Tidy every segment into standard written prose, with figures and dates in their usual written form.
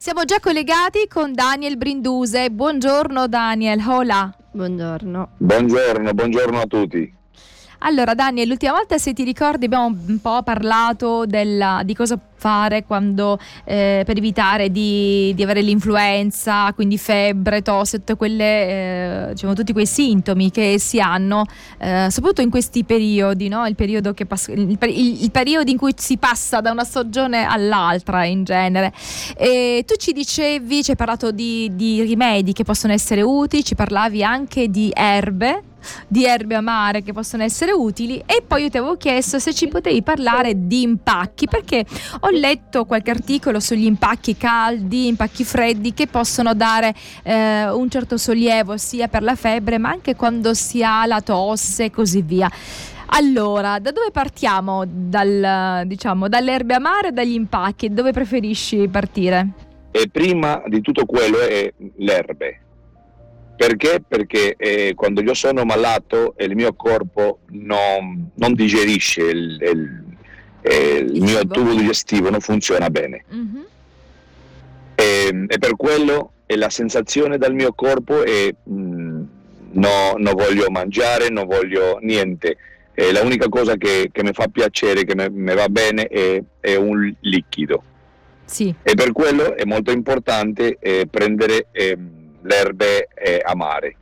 Siamo già collegati con Daniel Brinduse. Buongiorno Daniel, hola. Buongiorno. Buongiorno a tutti. Allora Daniel, l'ultima volta, se ti ricordi, abbiamo un po' parlato di cosa fare quando per evitare di avere l'influenza, quindi febbre, tosse, tutte quelle, tutti quei sintomi che si hanno, soprattutto in questi periodi, no? Il periodo il periodo in cui si passa da una stagione all'altra in genere. E tu ci hai parlato di rimedi che possono essere utili, ci parlavi anche di erbe amare che possono essere utili, e poi io ti avevo chiesto se ci potevi parlare di impacchi, perché ho letto qualche articolo sugli impacchi caldi, impacchi freddi, che possono dare un certo sollievo sia per la febbre ma anche quando si ha la tosse e così via. Allora, da dove partiamo? Dalle erbe amare o dagli impacchi? Dove preferisci partire? E prima di tutto quello è l'erbe. Perché? Perché quando io sono malato il mio corpo non digerisce il mio tubo digestivo, non funziona bene. Mm-hmm. E per quello la sensazione dal mio corpo è non voglio mangiare, non voglio niente. La unica cosa che mi fa piacere, che mi va bene è un liquido. Sì. E per quello è molto importante prendere le erbe amare.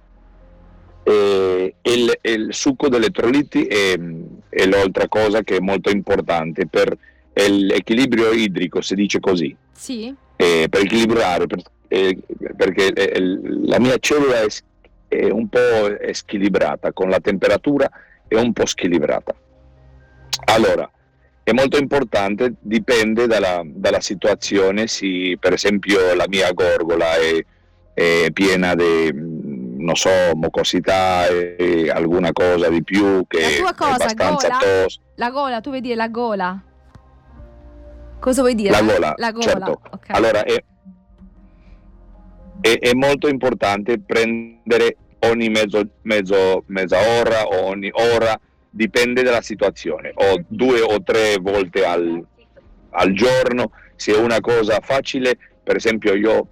Il succo di elettroliti è l'altra cosa che è molto importante per l'equilibrio idrico, si dice così. Sì. Per equilibrare, perché la mia cellula è un po' squilibrata, con la temperatura è un po' squilibrata. Allora, è molto importante, dipende dalla situazione. Se per esempio la mia gorgola è piena di, non so, mucosità e alguna cosa di più, che la tua cosa, è abbastanza tosta. La gola, tu vuoi dire la gola? Cosa vuoi dire? La gola, Okay. certo. Allora è molto importante prendere ogni mezza ora o ogni ora, dipende dalla situazione, o 2 o 3 volte al giorno. Se è una cosa facile, per esempio io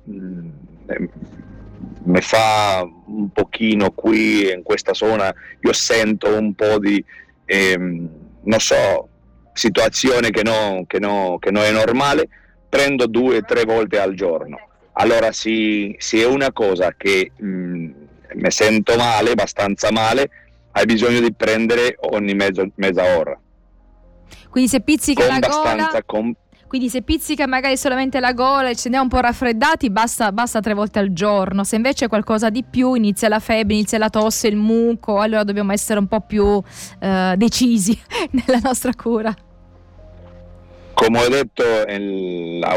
mi fa un pochino qui in questa zona, io sento un po' di non so, situazione che non è normale, prendo 2 o 3 volte al giorno. Allora se è una cosa che mi sento male, abbastanza male, hai bisogno di prendere ogni mezza ora. Quindi se pizzica con la gola, quindi se pizzica magari solamente la gola e ci andiamo un po' raffreddati, basta 3 volte al giorno. Se invece è qualcosa di più, inizia la febbre, inizia la tosse, il muco, allora dobbiamo essere un po' più decisi nella nostra cura. Come ho detto la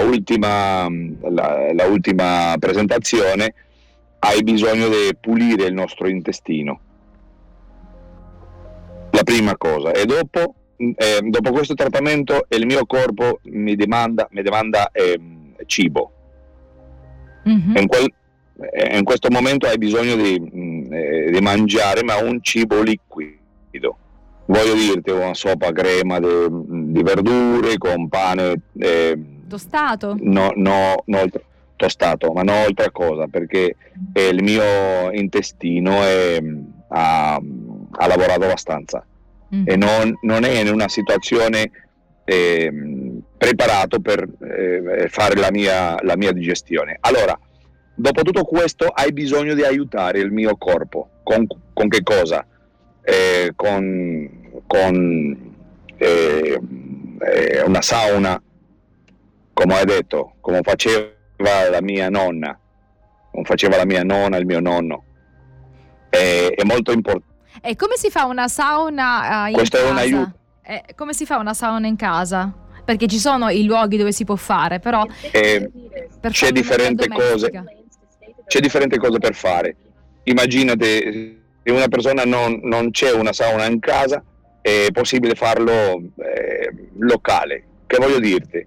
ultima presentazione, hai bisogno di pulire il nostro intestino, la prima cosa, e dopo questo trattamento il mio corpo mi demanda cibo. Mm-hmm. In questo momento hai bisogno di mangiare, ma un cibo liquido. Voglio dirti una soppa crema di verdure con pane tostato? No, tostato, ma non oltre cosa, perché il mio intestino ha lavorato abbastanza. Mm-hmm. E non è in una situazione preparato per fare la mia digestione. Allora, dopo tutto questo hai bisogno di aiutare il mio corpo con che cosa? Con una sauna, come hai detto, come faceva la mia nonna, il mio nonno. È molto importante. E come si fa una sauna in Questo casa? È un aiuto. Come si fa una sauna in casa? Perché ci sono i luoghi dove si può fare, però c'è differenti cose per fare. Immaginate, se una persona non c'è una sauna in casa, è possibile farlo locale. Che voglio dirti?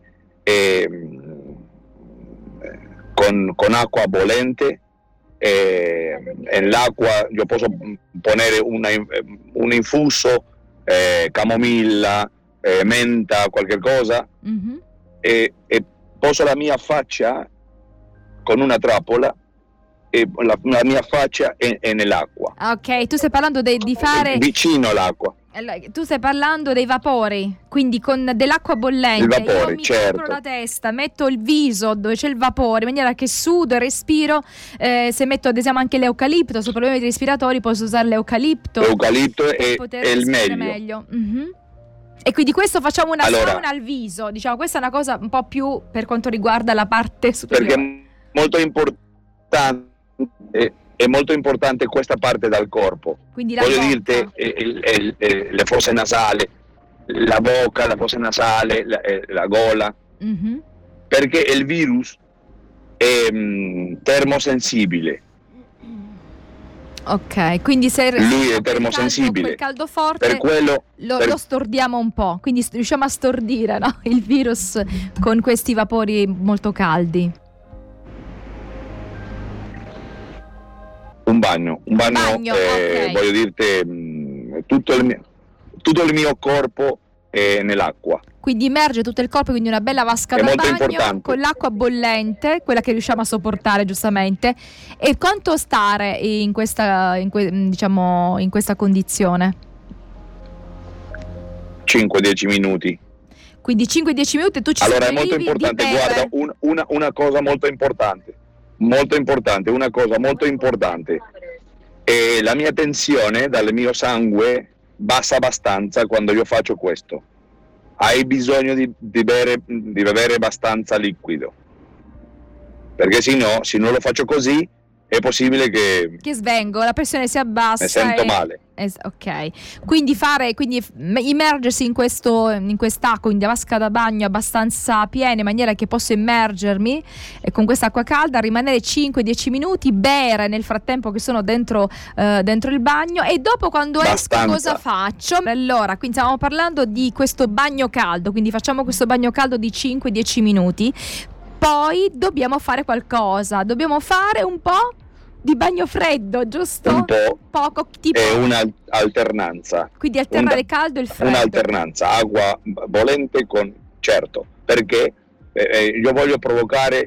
Con acqua bollente, nell'acqua io posso ponere un infuso, camomilla, menta, qualche cosa, Mm-hmm. e poso la mia faccia con una trappola e la mia faccia è nell'acqua. Ok, tu stai parlando di fare vicino all'acqua. Tu stai parlando dei vapori, quindi con dell'acqua bollente. Il vapore, io mi certo. copro la testa, metto il viso dove c'è il vapore, in maniera che sudo e respiro. Se metto ad esempio anche l'eucalipto, su problemi respiratori posso usare l'eucalipto. L'eucalipto per è il meglio. Mm-hmm. E quindi questo facciamo una allora, sauna al viso, diciamo, questa è una cosa un po' più per quanto riguarda la parte superiore. Perché è molto importante. È molto importante questa parte del corpo. Quindi voglio dirti le fosse nasali, la bocca, la fosse nasale, la gola, perché il virus è termosensibile. Ok, quindi se lui è termosensibile, quel caldo forte per quello lo stordiamo un po', quindi riusciamo a stordire, no? Il virus con questi vapori molto caldi. Un bagno, okay. Voglio dirti, tutto il mio corpo è nell'acqua. Quindi immerge tutto il corpo, quindi una bella vasca da bagno importante. Con l'acqua bollente, quella che riusciamo a sopportare giustamente. E quanto stare in questa condizione? 5-10 minuti. Quindi 5-10 minuti e tu ci allora è molto importante, guarda, una cosa molto importante. Una cosa molto importante, e la mia tensione dal mio sangue bassa abbastanza quando io faccio questo. Hai bisogno di bere abbastanza liquido, perché se non lo faccio così è possibile che svengo, la pressione si abbassa. Mi sento male. Ok, quindi immergersi in quest'acqua, in vasca da bagno abbastanza piena, in maniera che posso immergermi con quest'acqua calda, rimanere 5-10 minuti, bere nel frattempo che sono dentro il bagno, e dopo quando esco cosa faccio? Allora, quindi stiamo parlando di questo bagno caldo, quindi facciamo questo bagno caldo di 5-10 minuti. Poi dobbiamo fare qualcosa, dobbiamo fare un po' di bagno freddo, giusto? Un po'. Poco, tipo. È un'alternanza. Quindi alternare il caldo e il freddo. Un'alternanza, acqua bollente certo, perché io voglio provocare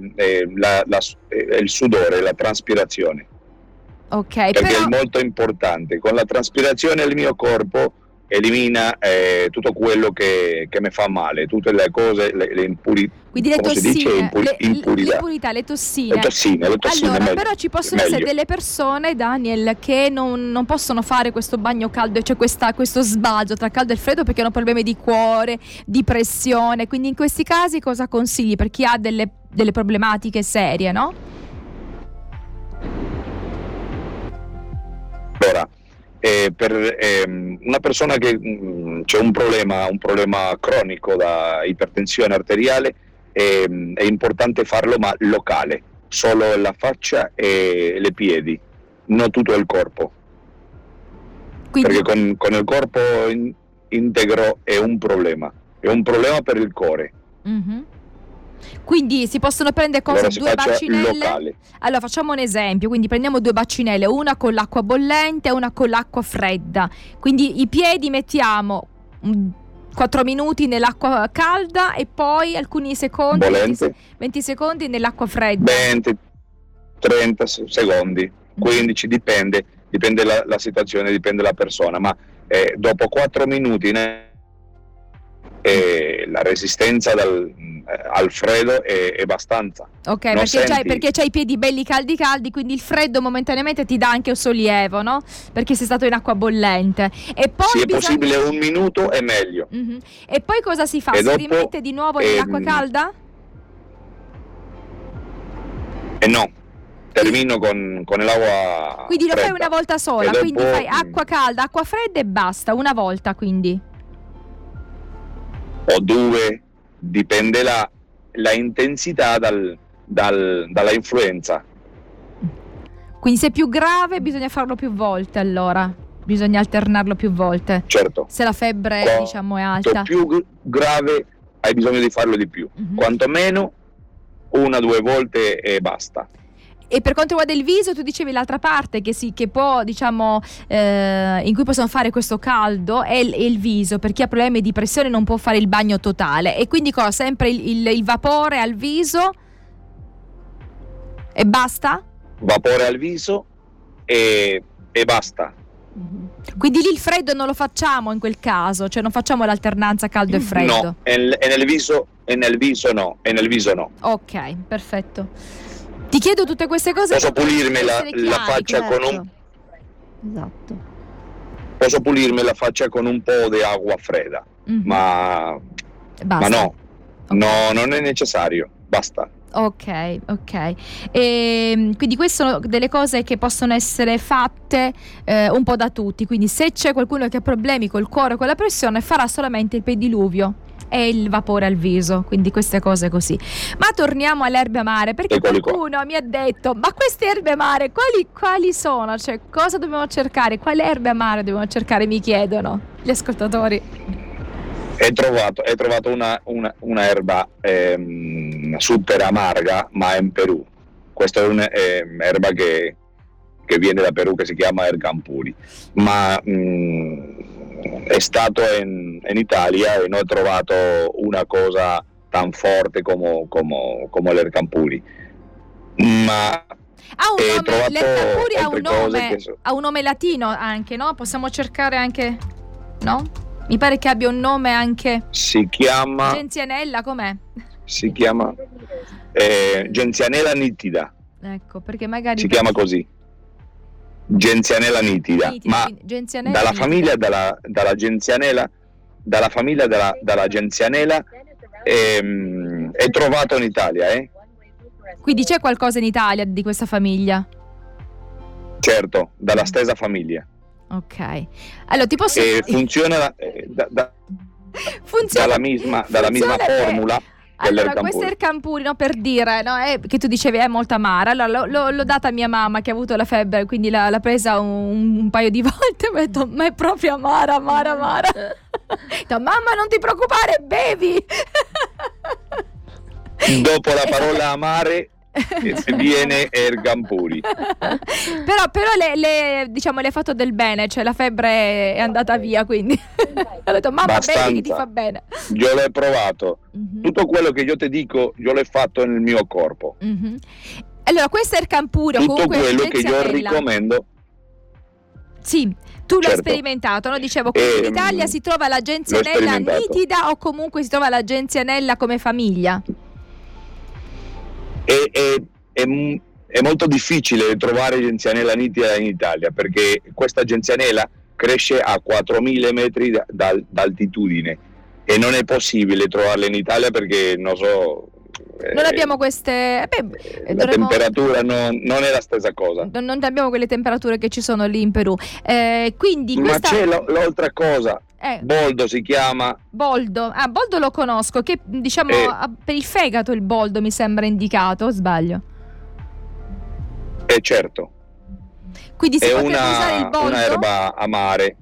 il sudore, la transpirazione. Ok, perché è molto importante. Con la transpirazione il mio corpo elimina tutto quello che mi fa male, tutte le cose, le impurità. Quindi le tossine, l'impurità, le tossine. Le tossine allora, meglio, però ci possono essere delle persone, Daniel, che non possono fare questo bagno caldo, cioè questo sbalzo tra caldo e freddo, perché hanno problemi di cuore, di pressione. Quindi in questi casi cosa consigli per chi ha delle problematiche serie, no? Allora, per una persona che c'è un problema cronico da ipertensione arteriale, è importante farlo, ma locale, solo la faccia e le piedi, non tutto il corpo. Quindi, perché con il corpo integro è un problema per il cuore. Mm-hmm. Quindi si possono prendere allora, 2 bacinelle locale. Allora facciamo un esempio, quindi prendiamo 2 bacinelle, una con l'acqua bollente e una con l'acqua fredda. Quindi i piedi mettiamo 4 minuti nell'acqua calda e poi alcuni secondi, 20 secondi nell'acqua fredda. 20-30 secondi, 15, dipende la situazione, dipende la persona, ma dopo 4 minuti la resistenza al freddo è abbastanza. Ok, perché c'hai i piedi belli caldi, quindi il freddo momentaneamente ti dà anche un sollievo, no? Perché sei stato in acqua bollente. E poi se è possibile 1 minuto è meglio. Mm-hmm. E poi cosa si fa? Si rimette di nuovo nell'acqua calda? No, termino con l'acqua quindi lo fredda. Fai una volta sola, quindi fai acqua calda, acqua fredda e basta, una volta quindi. O 2, dipende la intensità dalla influenza. Quindi se è più grave bisogna farlo più volte, allora bisogna alternarlo più volte. Certo. Se la febbre è alta. Più grave hai bisogno di farlo di più. Mm-hmm. Quanto meno 1-2 volte e basta. E per quanto riguarda il viso, tu dicevi l'altra parte che può, in cui possono fare questo caldo è il viso, per chi ha problemi di pressione non può fare il bagno totale. E quindi sempre il vapore al viso? E basta? Vapore al viso e basta. Quindi lì il freddo non lo facciamo in quel caso, cioè non facciamo l'alternanza caldo e freddo? No, e nel viso no. Ok, perfetto. Ti chiedo tutte queste cose. Posso per pulirmi essere la chiari, faccia certo. con un... Esatto. Posso pulirmi la faccia con un po' di acqua fredda, ma Basta. no, Okay. no, non è necessario, basta. Ok. E quindi queste sono delle cose che possono essere fatte un po' da tutti. Quindi se c'è qualcuno che ha problemi col cuore o con la pressione, farà solamente il pediluvio e il vapore al viso, quindi queste cose così. Ma torniamo alle erbe amare, perché qualcuno mi ha detto: ma queste erbe amare quali sono? Cioè, cosa dobbiamo cercare? Quale erbe amare dobbiamo cercare? Mi chiedono gli ascoltatori. Ho trovato una erba super amarga, ma in Perù. Questa è un'erba che viene da Perù, che si chiama Ergampuri, ma è stato in Italia e non ho trovato una cosa tan forte come l'Ergampuri, ma l'Ergampuri ha un nome latino anche, no? Possiamo cercare anche, no? Mi pare che abbia un nome anche. Si chiama Genzianella, com'è? Si chiama Genzianella nitida. Ecco, perché magari si chiama così. Genzianella nitida, ma Genzianella dalla nitida. famiglia dalla Genzianella, dalla Genzianella è trovato in Italia, Quindi c'è qualcosa in Italia di questa famiglia? Certo, dalla stessa famiglia. Ok, allora ti posso funziona funziona dalla misma formula. Allora, questo Ergampuri, no, per dire, no, che tu dicevi è molto amara. Allora l'ho data a mia mamma che ha avuto la febbre, quindi l'ha presa un paio di volte. Mi ha detto: ma è proprio amara. Ho detto: mamma, non ti preoccupare, bevi. Dopo la parola amare viene Ergampuri. Però le ha fatto del bene, cioè la febbre è andata via, quindi ho detto: mamma, bevi, che ti fa bene. Io l'ho provato. Tutto quello che io ti dico io l'ho fatto nel mio corpo. Allora, questo Ergampuri, tutto comunque quello che io ricommendo. Sì, tu l'hai sperimentato, no? Dicevo, quindi in Italia si trova la Genzianella nitida o comunque si trova la Genzianella come famiglia? È molto difficile trovare Genzianella nitida in Italia, perché questa Genzianella cresce a 4.000 metri d'altitudine e non è possibile trovarla in Italia perché non abbiamo queste la temperatura non è la stessa cosa, non abbiamo quelle temperature che ci sono lì in Perù, quindi ma c'è l'altra cosa. Boldo si chiama. Boldo lo conosco, che diciamo per il fegato il boldo mi sembra indicato, o sbaglio? Certo. Quindi si potrebbe usare il boldo? È un'erba amare.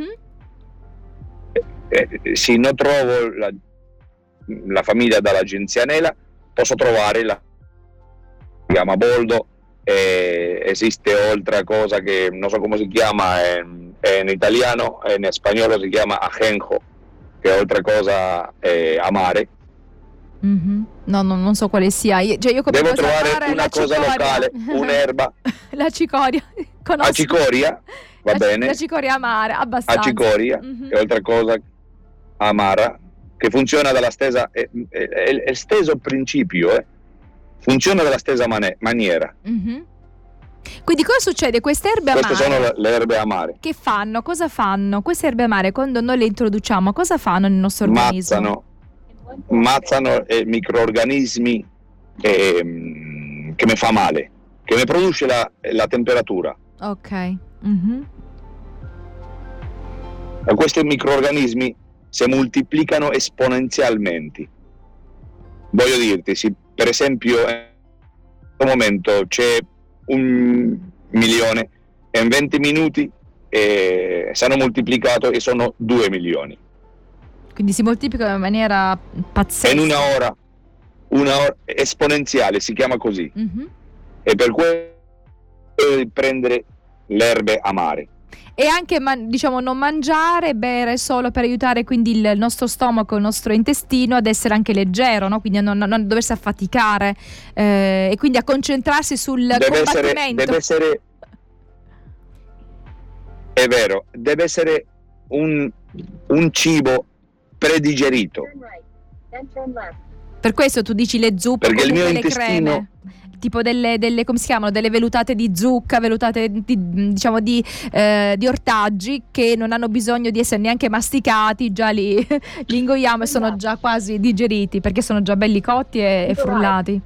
Se non trovo la famiglia dalla Genzianella, posso trovare si chiama boldo. Esiste altra cosa che non so come si chiama in italiano, in spagnolo si chiama ajenjo, che è altra cosa amare. No, non so quale sia. Io devo trovare una cosa locale, un'erba. La cicoria. La cicoria, va bene. La cicoria amara, abbastanza. La cicoria è altra cosa amara, che funziona dalla stessa, è stesso principio, funziona dalla stessa maniera. Quindi cosa succede? Queste erbe amare, queste sono le erbe amare. Che fanno? Cosa fanno? Queste erbe amare, quando noi le introduciamo, cosa fanno nel nostro organismo? Mazzano microorganismi che mi fa male, che mi produce la temperatura. Ok. Questi microorganismi si moltiplicano esponenzialmente. Voglio dirti, se per esempio in questo momento c'è 1 milione e in 20 minuti si hanno moltiplicato e sono 2 milioni. Quindi si moltiplicano in maniera pazzesca. In una ora esponenziale, si chiama così. E per quello devi prendere le erbe amare. E anche diciamo non mangiare e bere solo per aiutare quindi il nostro stomaco, il nostro intestino ad essere anche leggero, no? Quindi a non doversi affaticare e quindi a concentrarsi sul combattimento. È vero, deve essere un cibo predigerito. Per questo tu dici le zuppe, perché il mio le intestino creme, tipo delle come si chiamano, delle velutate di zucca, velutate diciamo di ortaggi che non hanno bisogno di essere neanche masticati, già li ingoiamo e sono già quasi digeriti perché sono già belli cotti e frullati.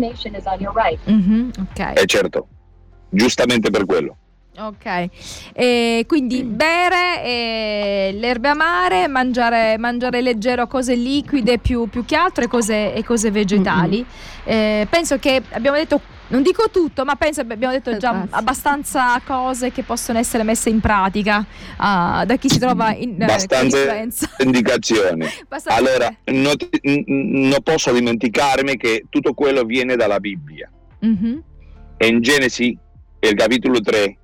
Ok. Certo, giustamente per quello. Ok, quindi bere le amare, mangiare leggero, cose liquide più che altro e cose vegetali. Penso che abbiamo detto, non dico tutto, ma penso abbiamo detto già abbastanza cose che possono essere messe in pratica da chi si trova in abbastanza indicazioni. Allora, non posso dimenticarmi che tutto quello viene dalla Bibbia. E in Genesi, il capitolo 3,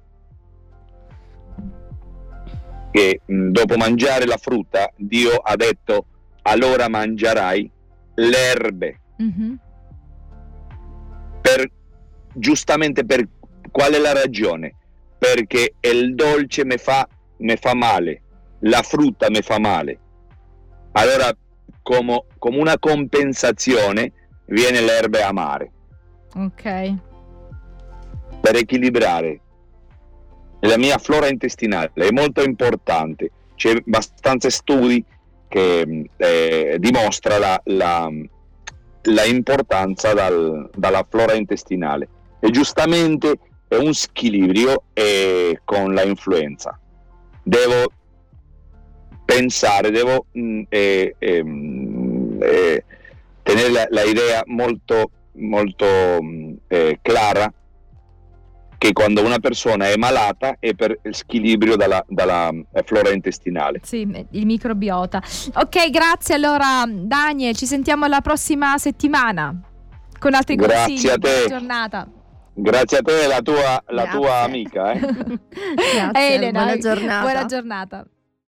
che dopo mangiare la frutta Dio ha detto allora mangerai le erbe. Giustamente per qual è la ragione? Perché il dolce mi fa male, la frutta mi fa male, allora come una compensazione viene le erbe amare, ok, per equilibrare la mia flora intestinale. È molto importante, c'è abbastanza studi che dimostra la importanza dalla flora intestinale, e giustamente è un squilibrio con la influenza. Devo pensare, devo tenere la idea molto clara che quando una persona è malata è per squilibrio dalla flora intestinale. Sì, il microbiota. Ok, grazie allora Daniel, ci sentiamo la prossima settimana con altri consigli. Grazie a te. Buona giornata. Grazie a te e la tua amica. Grazie, Elena, buona giornata. Buona giornata.